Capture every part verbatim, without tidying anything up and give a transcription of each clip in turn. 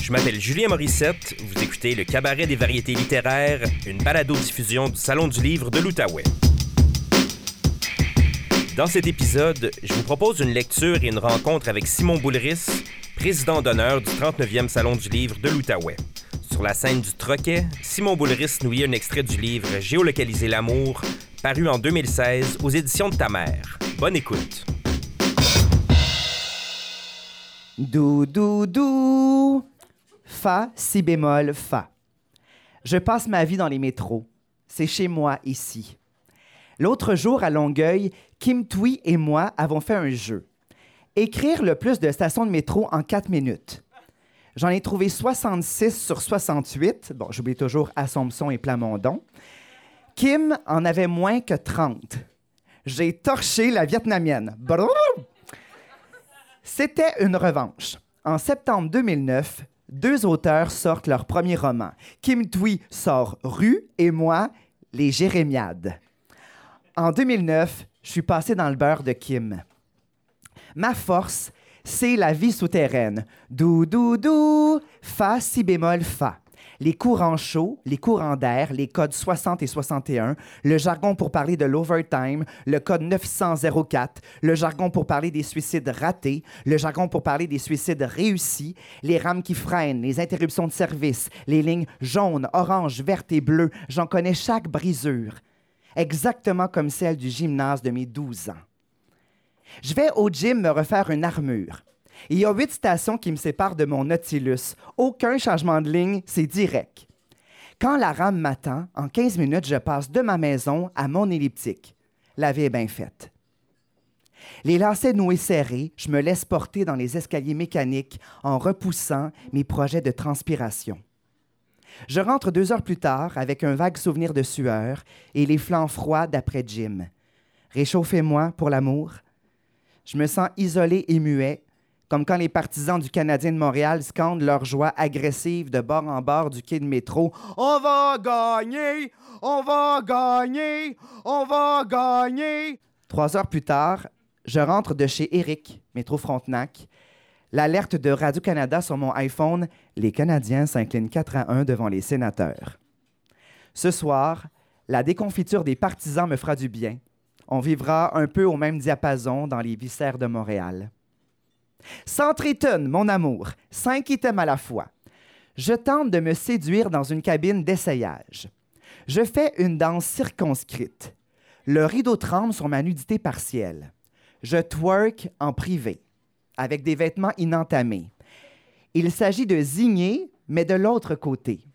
Je m'appelle Julien Morissette, vous écoutez le Cabaret des variétés littéraires, une balado-diffusion du Salon du livre de l'Outaouais. Dans cet épisode, je vous propose une lecture et une rencontre avec Simon Boulris, président d'honneur du trente-neuvième Salon du livre de l'Outaouais. Sur la scène du Troquet, Simon Boulris nous lit un extrait du livre « Géolocaliser l'amour », paru en deux mille seize aux éditions de Ta Mère. Bonne écoute. Do, do, do. Fa, si bémol, fa. Je passe ma vie dans les métros. C'est chez moi, ici. L'autre jour, à Longueuil, Kim Thuy et moi avons fait un jeu. Écrire le plus de stations de métro en quatre minutes. J'en ai trouvé soixante-six sur soixante-huit. Bon, j'oublie toujours Assomption et Plamondon. Kim en avait moins que trente. J'ai torché la Vietnamienne. Brrr! C'était une revanche. En septembre deux mille neuf, deux auteurs sortent leur premier roman. Kim Thuy sort Rue et moi, Les Jérémiades. En deux mille neuf, je suis passé dans le beurre de Kim. Ma force, c'est la vie souterraine. Do, do, do, fa, si bémol, fa. Les courants chauds, les courants d'air, les codes soixante et soixante et un, le jargon pour parler de l'overtime, le code neuf cent quatre, le jargon pour parler des suicides ratés, le jargon pour parler des suicides réussis, les rames qui freinent, les interruptions de service, les lignes jaunes, oranges, vertes et bleues. J'en connais chaque brisure, exactement comme celle du gymnase de mes douze ans. Je vais au gym me refaire une armure. Il y a huit stations qui me séparent de mon Nautilus. Aucun changement de ligne, c'est direct. Quand la rame m'attend, en quinze minutes, je passe de ma maison à mon elliptique. La vie est bien faite. Les lacets noués serrés, je me laisse porter dans les escaliers mécaniques en repoussant mes projets de transpiration. Je rentre deux heures plus tard avec un vague souvenir de sueur et les flancs froids d'après gym. Réchauffez-moi pour l'amour. Je me sens isolé et muet, comme quand les partisans du Canadien de Montréal scandent leur joie agressive de bord en bord du quai de métro. « On va gagner! On va gagner! On va gagner! » Trois heures plus tard, je rentre de chez Éric, métro Frontenac. L'alerte de Radio-Canada sur mon iPhone, « Les Canadiens s'inclinent quatre à un devant les sénateurs. » Ce soir, la déconfiture des partisans me fera du bien. On vivra un peu au même diapason dans les viscères de Montréal. Centre-Eaton, mon amour, cinq items à la fois. Je tente de me séduire dans une cabine d'essayage. Je fais une danse circonscrite. Le rideau tremble sur ma nudité partielle. Je twerk en privé, avec des vêtements inentamés. Il s'agit de zigner, mais de l'autre côté.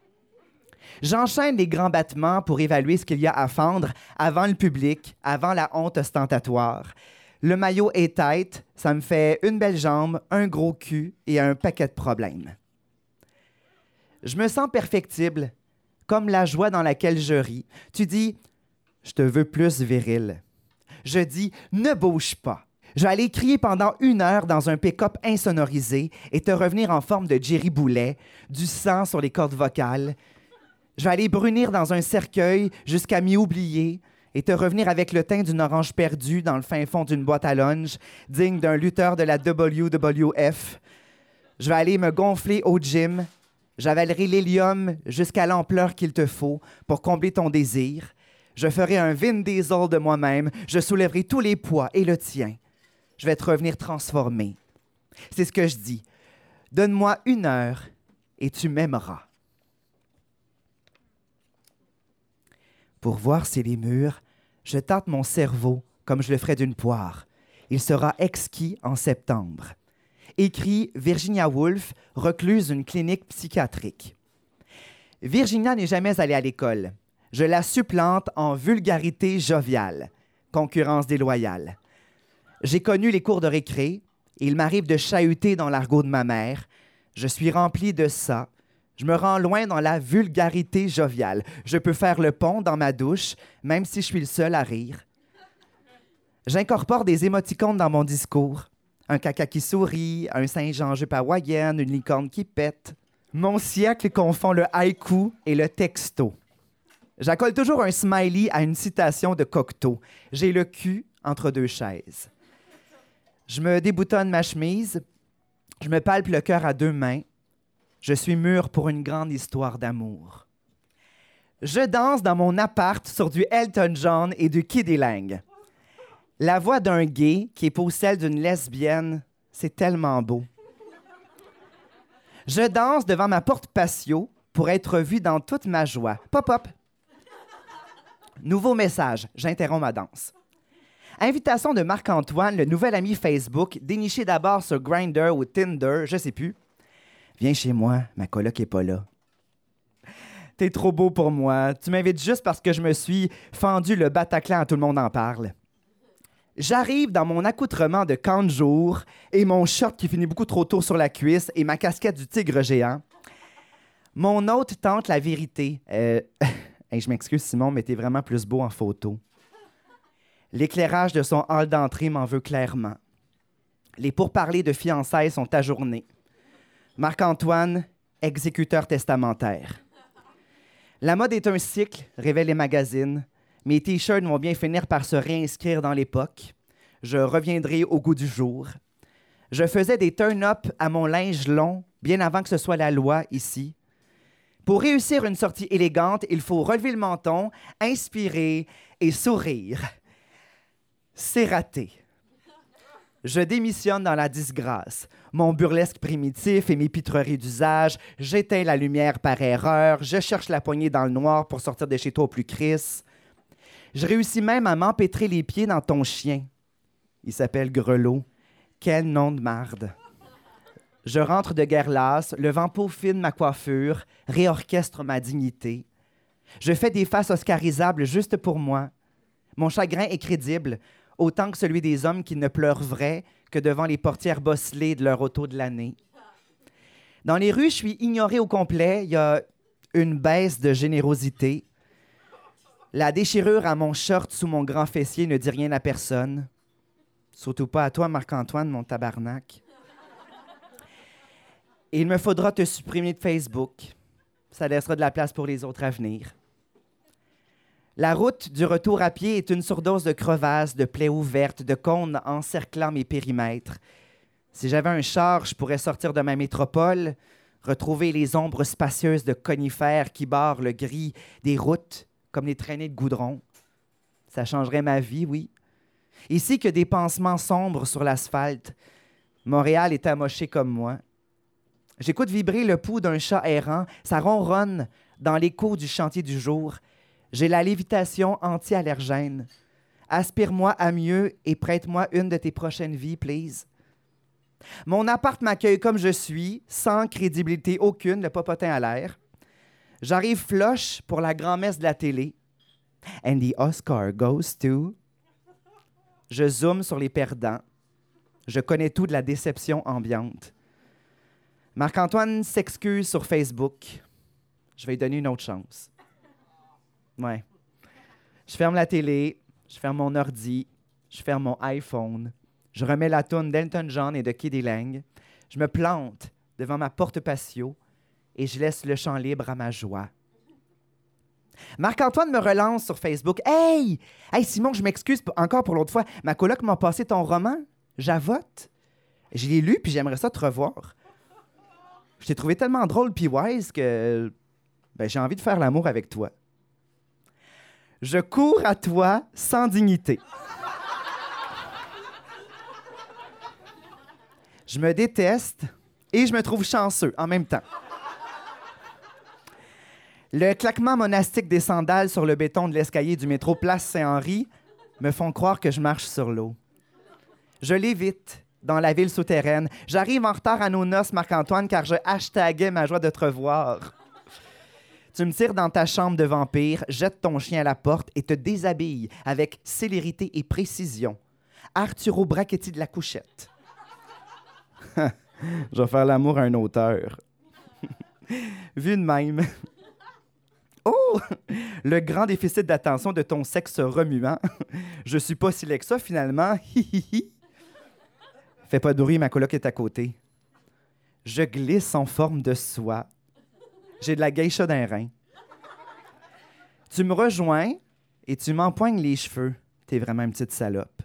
J'enchaîne les grands battements pour évaluer ce qu'il y a à fendre avant le public, avant la honte ostentatoire. Le maillot est tête, ça me fait une belle jambe, un gros cul et un paquet de problèmes. Je me sens perfectible, comme la joie dans laquelle je ris. Tu dis « Je te veux plus viril ». Je dis « Ne bouge pas ». Je vais aller crier pendant une heure dans un pick-up insonorisé et te revenir en forme de Jerry Boulet, du sang sur les cordes vocales. Je vais aller brunir dans un cercueil jusqu'à m'y oublier et te revenir avec le teint d'une orange perdue dans le fin fond d'une boîte à lunch, digne d'un lutteur de la W W F. Je vais aller me gonfler au gym. J'avalerai l'hélium jusqu'à l'ampleur qu'il te faut pour combler ton désir. Je ferai un Vin Diesel de moi-même. Je soulèverai tous les poids et le tien. Je vais te revenir transformé. C'est ce que je dis. Donne-moi une heure et tu m'aimeras. Pour voir si les murs, je tâte mon cerveau comme je le ferais d'une poire. Il sera exquis en septembre. Écrit Virginia Woolf, recluse d'une clinique psychiatrique. Virginia n'est jamais allée à l'école. Je la supplante en vulgarité joviale, concurrence déloyale. J'ai connu les cours de récré. Il m'arrive de chahuter dans l'argot de ma mère. Je suis rempli de ça. Je me rends loin dans la vulgarité joviale. Je peux faire le pont dans ma douche, même si je suis le seul à rire. J'incorpore des émoticônes dans mon discours. Un caca qui sourit, un singe en jupe hawaïenne, une licorne qui pète. Mon siècle confond le haïku et le texto. J'accole toujours un smiley à une citation de Cocteau. J'ai le cul entre deux chaises. Je me déboutonne ma chemise. Je me palpe le cœur à deux mains. Je suis mûr pour une grande histoire d'amour. Je danse dans mon appart sur du Elton John et du Kid Lang. La voix d'un gay qui épouse celle d'une lesbienne, c'est tellement beau. Je danse devant ma porte patio pour être vu dans toute ma joie. Pop, pop. Nouveau message, j'interromps ma danse. Invitation de Marc-Antoine, le nouvel ami Facebook, déniché d'abord sur Grindr ou Tinder, je sais plus. Viens chez moi, ma coloc est pas là. T'es trop beau pour moi. Tu m'invites juste parce que je me suis fendu le Bataclan à tout le monde en parle. J'arrive dans mon accoutrement de camp de jour et mon short qui finit beaucoup trop tôt sur la cuisse et ma casquette du tigre géant. Mon hôte tente la vérité. Euh, hey, je m'excuse, Simon, mais t'es vraiment plus beau en photo. L'éclairage de son hall d'entrée m'en veut clairement. Les pourparlers de fiançailles sont ajournés. Marc-Antoine, exécuteur testamentaire. La mode est un cycle, révèlent les magazines. Mes T-shirts vont bien finir par se réinscrire dans l'époque. Je reviendrai au goût du jour. Je faisais des turn-up à mon linge long, bien avant que ce soit la loi ici. Pour réussir une sortie élégante, il faut relever le menton, inspirer et sourire. C'est raté. Je démissionne dans la disgrâce. Mon burlesque primitif et mes pitreries d'usage, j'éteins la lumière par erreur, je cherche la poignée dans le noir pour sortir de chez toi au plus crisse. Je réussis même à m'empêtrer les pieds dans ton chien. Il s'appelle Grelot. Quel nom de marde. Je rentre de guerre lasse, le vent peaufine ma coiffure, réorchestre ma dignité. Je fais des faces oscarisables juste pour moi. Mon chagrin est crédible, autant que celui des hommes qui ne pleurent vrai que devant les portières bosselées de leur auto de l'année. Dans les rues, je suis ignoré au complet. Il y a une baisse de générosité. La déchirure à mon short sous mon grand fessier ne dit rien à personne. Surtout pas à toi, Marc-Antoine, mon tabarnak. Et il me faudra te supprimer de Facebook. Ça laissera de la place pour les autres à venir. La route du retour à pied est une surdose de crevasses, de plaies ouvertes, de cônes encerclant mes périmètres. Si j'avais un char, je pourrais sortir de ma métropole, retrouver les ombres spacieuses de conifères qui barrent le gris des routes, comme des traînées de goudron. Ça changerait ma vie, oui. Ici que des pansements sombres sur l'asphalte. Montréal est amoché comme moi. J'écoute vibrer le pouls d'un chat errant. Ça ronronne dans l'écho du chantier du jour. J'ai la lévitation anti-allergène. Aspire-moi à mieux et prête-moi une de tes prochaines vies, please. Mon appart m'accueille comme je suis, sans crédibilité aucune, le popotin à l'air. J'arrive floche pour la grand-messe de la télé. And the Oscar goes to... Je zoome sur les perdants. Je connais tout de la déception ambiante. Marc-Antoine s'excuse sur Facebook. Je vais lui donner une autre chance. Ouais. Je ferme la télé, je ferme mon ordi, je ferme mon iPhone. Je remets la toune d'Elton John et de Kid Lang. Je me plante devant ma porte patio et je laisse le champ libre à ma joie. Marc-Antoine me relance sur Facebook. « Hey! Hey, Simon, je m'excuse encore pour l'autre fois. Ma coloc m'a passé ton roman. J'avote. Je l'ai lu, puis j'aimerais ça te revoir. Je t'ai trouvé tellement drôle puis wise que ben, j'ai envie de faire l'amour avec toi. Je cours à toi sans dignité. Je me déteste et je me trouve chanceux en même temps. Le claquement monastique des sandales sur le béton de l'escalier du métro Place Saint-Henri me font croire que je marche sur l'eau. Je l'évite dans la ville souterraine. J'arrive en retard à nos noces, Marc-Antoine, car je hashtaguais ma joie de te revoir. Tu me tires dans ta chambre de vampire, jettes ton chien à la porte et te déshabilles avec célérité et précision. Arturo Brachetti de la couchette. Je vais faire l'amour à un auteur. Vu de même... Oh! Le grand déficit d'attention de ton sexe remuant. Je suis pas si laid que ça, finalement. Fais pas de bruit, ma coloc est à côté. Je glisse en forme de soie. J'ai de la geisha d'un rein. Tu me rejoins et tu m'empoignes les cheveux. T'es vraiment une petite salope.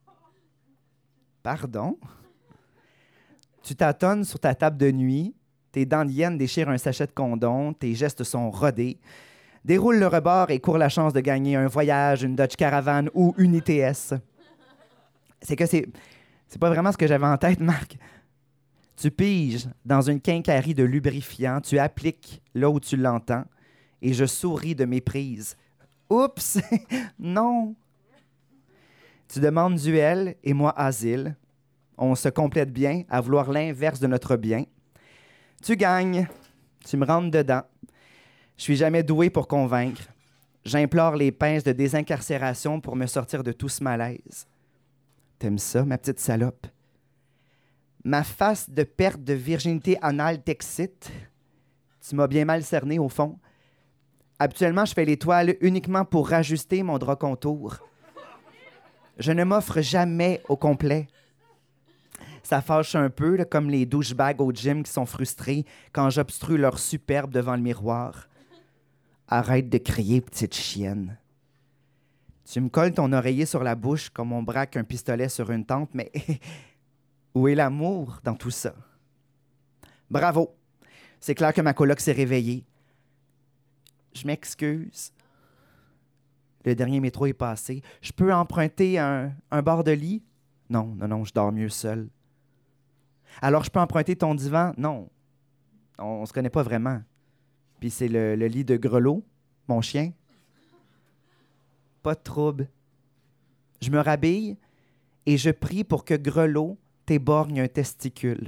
Pardon? Tu tâtonnes sur ta table de nuit. tes dents de hyène déchirent un sachet de condom, tes gestes sont rodés. Déroule le rebord et cours la chance de gagner un voyage, une Dodge Caravan ou une I T S. C'est que c'est... C'est pas vraiment ce que j'avais en tête, Marc. Tu piges dans une quincaillerie de lubrifiant, tu appliques là où tu l'entends, et je souris de méprise. Oups! Non! Tu demandes duel et moi asile. On se complète bien à vouloir l'inverse de notre bien. Tu gagnes. Tu me rentres dedans. Je suis jamais doué pour convaincre. J'implore les pinces de désincarcération pour me sortir de tout ce malaise. T'aimes ça, ma petite salope? Ma face de perte de virginité anale t'excite? Tu m'as bien mal cerné, au fond. Habituellement, je fais l'étoile uniquement pour rajuster mon drap contour. Je ne m'offre jamais au complet. Ça fâche un peu, là, comme les douchebags au gym qui sont frustrés quand j'obstrue leur superbe devant le miroir. Arrête de crier, petite chienne. Tu me colles ton oreiller sur la bouche comme on braque un pistolet sur une tente, mais où est l'amour dans tout ça? Bravo! C'est clair que ma coloc s'est réveillée. Je m'excuse. Le dernier métro est passé. Je peux emprunter un, un bord de lit? Non, non, non, je dors mieux seul. Alors, je peux emprunter ton divan? Non. On, on se connaît pas vraiment. Puis c'est le, le lit de Grelot, mon chien. Pas de trouble. Je me rhabille et je prie pour que Grelot t'éborgne un testicule.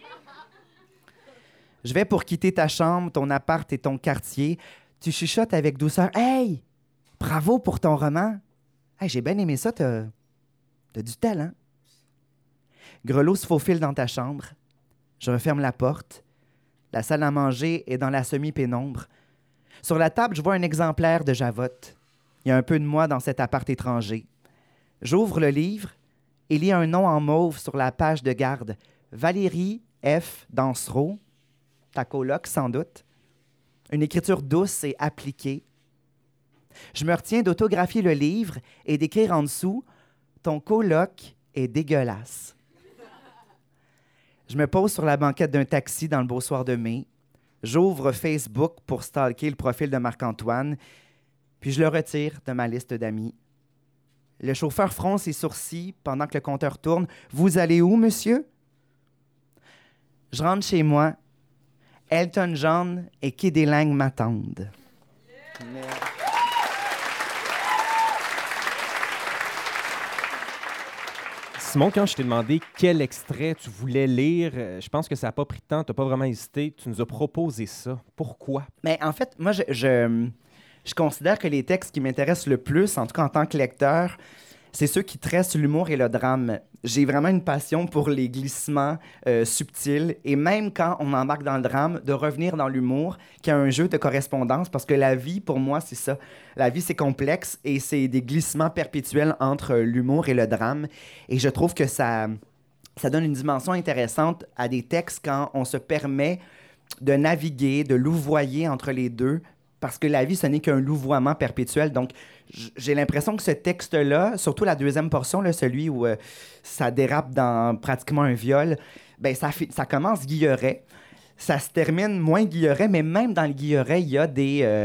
Je vais pour quitter ta chambre, ton appart et ton quartier. Tu chuchotes avec douceur. « Hey! Bravo pour ton roman! Hey, j'ai bien aimé ça, t'as, t'as du talent. » Grelot se faufile dans ta chambre. Je referme la porte. La salle à manger est dans la semi-pénombre. Sur la table, je vois un exemplaire de Javotte. Il y a un peu de moi dans cet appart étranger. J'ouvre le livre et lis un nom en mauve sur la page de garde. Valérie F. Dansereau. Ta coloc, sans doute. Une écriture douce et appliquée. Je me retiens d'autographier le livre et d'écrire en dessous « Ton coloc est dégueulasse ». Je me pose sur la banquette d'un taxi dans le beau soir de mai. J'ouvre Facebook pour stalker le profil de Marc-Antoine, puis je le retire de ma liste d'amis. Le chauffeur fronce ses sourcils pendant que le compteur tourne. « Vous allez où, monsieur? » Je rentre chez moi. Elton John et Kid Lang m'attendent. Yeah. Simon, quand je t'ai demandé quel extrait tu voulais lire, je pense que ça n'a pas pris de temps, tu n'as pas vraiment hésité. Tu nous as proposé ça. Pourquoi? Mais en fait, moi, je, je, je considère que les textes qui m'intéressent le plus, en tout cas en tant que lecteur, c'est ceux qui tressent l'humour et le drame. J'ai vraiment une passion pour les glissements euh, subtils et même quand on embarque dans le drame, de revenir dans l'humour, qui a un jeu de correspondance, parce que la vie, pour moi, c'est ça. La vie, c'est complexe et c'est des glissements perpétuels entre l'humour et le drame. Et je trouve que ça, ça donne une dimension intéressante à des textes quand on se permet de naviguer, de louvoyer entre les deux, parce que la vie, ce n'est qu'un louvoiement perpétuel. Donc, j'ai l'impression que ce texte-là, surtout la deuxième portion, là, celui où euh, ça dérape dans pratiquement un viol, ben ça, fait, ça commence guilleret, ça se termine moins guilleret, mais même dans le guilleret, il y a des... Euh,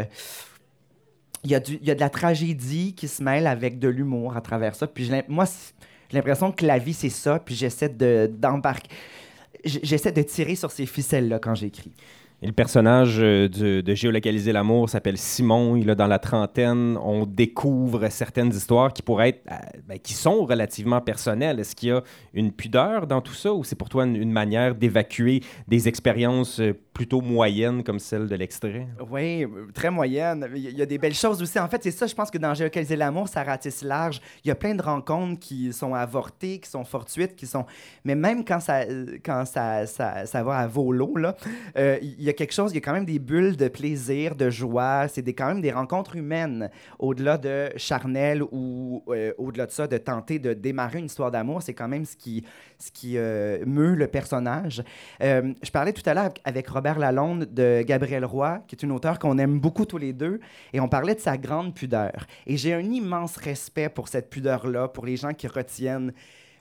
il y a du, il y a de la tragédie qui se mêle avec de l'humour à travers ça. Puis moi, j'ai l'impression que la vie, c'est ça, puis j'essaie de, d'embarquer... J'essaie de tirer sur ces ficelles-là quand j'écris. Et le personnage euh, de, de Géolocaliser l'amour s'appelle Simon. Il est dans la trentaine. On découvre certaines histoires qui pourraient être, euh, ben, qui sont relativement personnelles. Est-ce qu'il y a une pudeur dans tout ça ou c'est pour toi une, une manière d'évacuer des expériences euh, plutôt moyennes comme celle de l'extrait? Oui, très moyenne. Il y a des belles choses aussi. En fait, c'est ça, je pense que dans Géolocaliser l'amour, ça ratisse large. Il y a plein de rencontres qui sont avortées, qui sont fortuites, qui sont... Mais même quand ça, quand ça, ça, ça va à volo, là, euh, il y a quelque chose, il y a quand même des bulles de plaisir, de joie. C'est des, quand même des rencontres humaines. Au-delà de charnel ou euh, au-delà de ça, de tenter de démarrer une histoire d'amour, c'est quand même ce qui, ce qui euh, meut le personnage. Euh, je parlais tout à l'heure avec Robert Lalonde de Gabrielle Roy, qui est une auteure qu'on aime beaucoup tous les deux, et on parlait de sa grande pudeur. Et j'ai un immense respect pour cette pudeur-là, pour les gens qui retiennent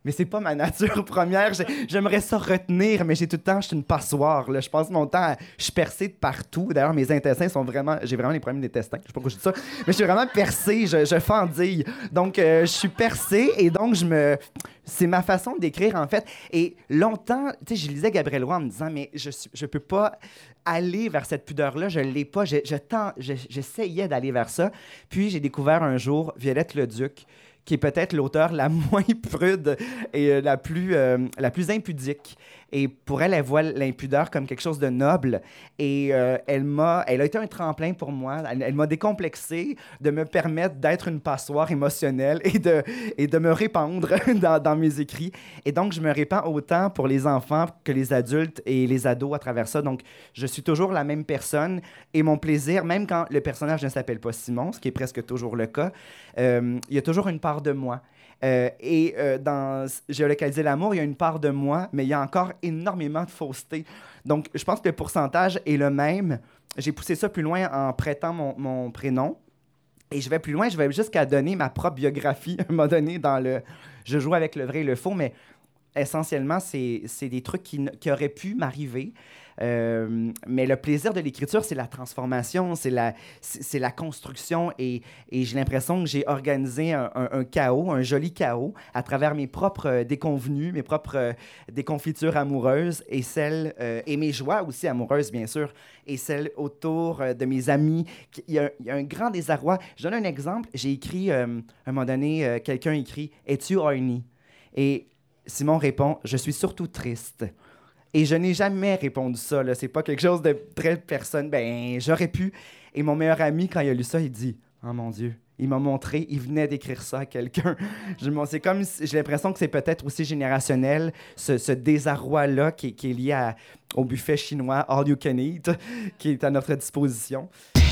mais c'est pas ma nature première. J'ai- J'aimerais ça retenir, mais j'ai tout le temps, je suis une passoire. Là. Je passe mon temps à... Je suis percée de partout. D'ailleurs, mes intestins sont vraiment... J'ai vraiment des problèmes d'intestin. Je sais pas pourquoi je dis ça, mais je suis vraiment percée. Je, je fendille. Donc, euh, je suis percée et donc, je me... C'est ma façon d'écrire, en fait. Et longtemps, tu sais, je lisais Gabriel Roy en me disant, mais je suis- je peux pas aller vers cette pudeur-là. Je l'ai pas. Je, je tends- je- j'essayais d'aller vers ça. Puis, j'ai découvert un jour Violette Leduc, qui est peut-être l'auteur la moins prude et euh, la, plus, euh, la plus impudique. Et pour elle, elle voit l'impudeur comme quelque chose de noble. Et euh, elle m'a, elle a été un tremplin pour moi. Elle, elle m'a décomplexé de me permettre d'être une passoire émotionnelle et de, et de me répandre dans, dans mes écrits. Et donc, je me répands autant pour les enfants que les adultes et les ados à travers ça. Donc, je suis toujours la même personne. Et mon plaisir, même quand le personnage ne s'appelle pas Simon, ce qui est presque toujours le cas, euh, il y a toujours une part de moi. Euh, et euh, dans Géolocaliser l'amour, il y a une part de moi, mais il y a encore énormément de fausseté. Donc, je pense que le pourcentage est le même. J'ai poussé ça plus loin en prêtant mon, mon prénom. Et je vais plus loin, je vais jusqu'à donner ma propre biographie, à un moment donné, dans le... Je joue avec le vrai et le faux, mais essentiellement, c'est, c'est des trucs qui, n- qui auraient pu m'arriver. Euh, mais le plaisir de l'écriture, c'est la transformation, c'est la, c'est, c'est la construction. Et, et j'ai l'impression que j'ai organisé un, un- un chaos, un joli chaos, à travers mes propres euh, déconvenues, mes propres euh, déconfitures amoureuses et celles, euh, et mes joies aussi amoureuses, bien sûr, et celles autour euh, de mes amis. Il y, a, il y a un grand désarroi. Je donne un exemple. J'ai écrit, euh, à un moment donné, euh, quelqu'un écrit « Es-tu horny? » Et Simon répond « Je suis surtout triste. » Et je n'ai jamais répondu ça. Là. C'est pas quelque chose de très personne. Ben, j'aurais pu. Et mon meilleur ami, quand il a lu ça, il dit « Oh mon Dieu. » Il m'a montré, il venait d'écrire ça à quelqu'un. Je, m'en- c'est comme, si- j'ai l'impression que c'est peut-être aussi générationnel, ce, ce désarroi-là qui, est- qui est lié à- au buffet chinois All You Can Eat, qui est à notre disposition.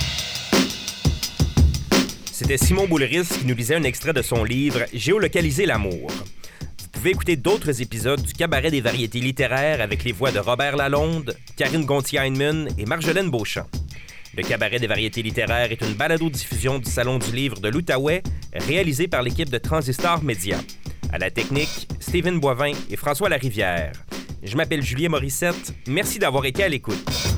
C'était Simon Boulris qui nous lisait un extrait de son livre « Géolocaliser l'amour ». Vous pouvez écouter d'autres épisodes du Cabaret des variétés littéraires avec les voix de Robert Lalonde, Karine Gontier-Heinemann et Marjolaine Beauchamp. Le Cabaret des variétés littéraires est une balado-diffusion du Salon du livre de l'Outaouais, réalisée par l'équipe de Transistor Média. À la technique, Steven Boivin et François Larivière. Je m'appelle Julien Morissette. Merci d'avoir été à l'écoute.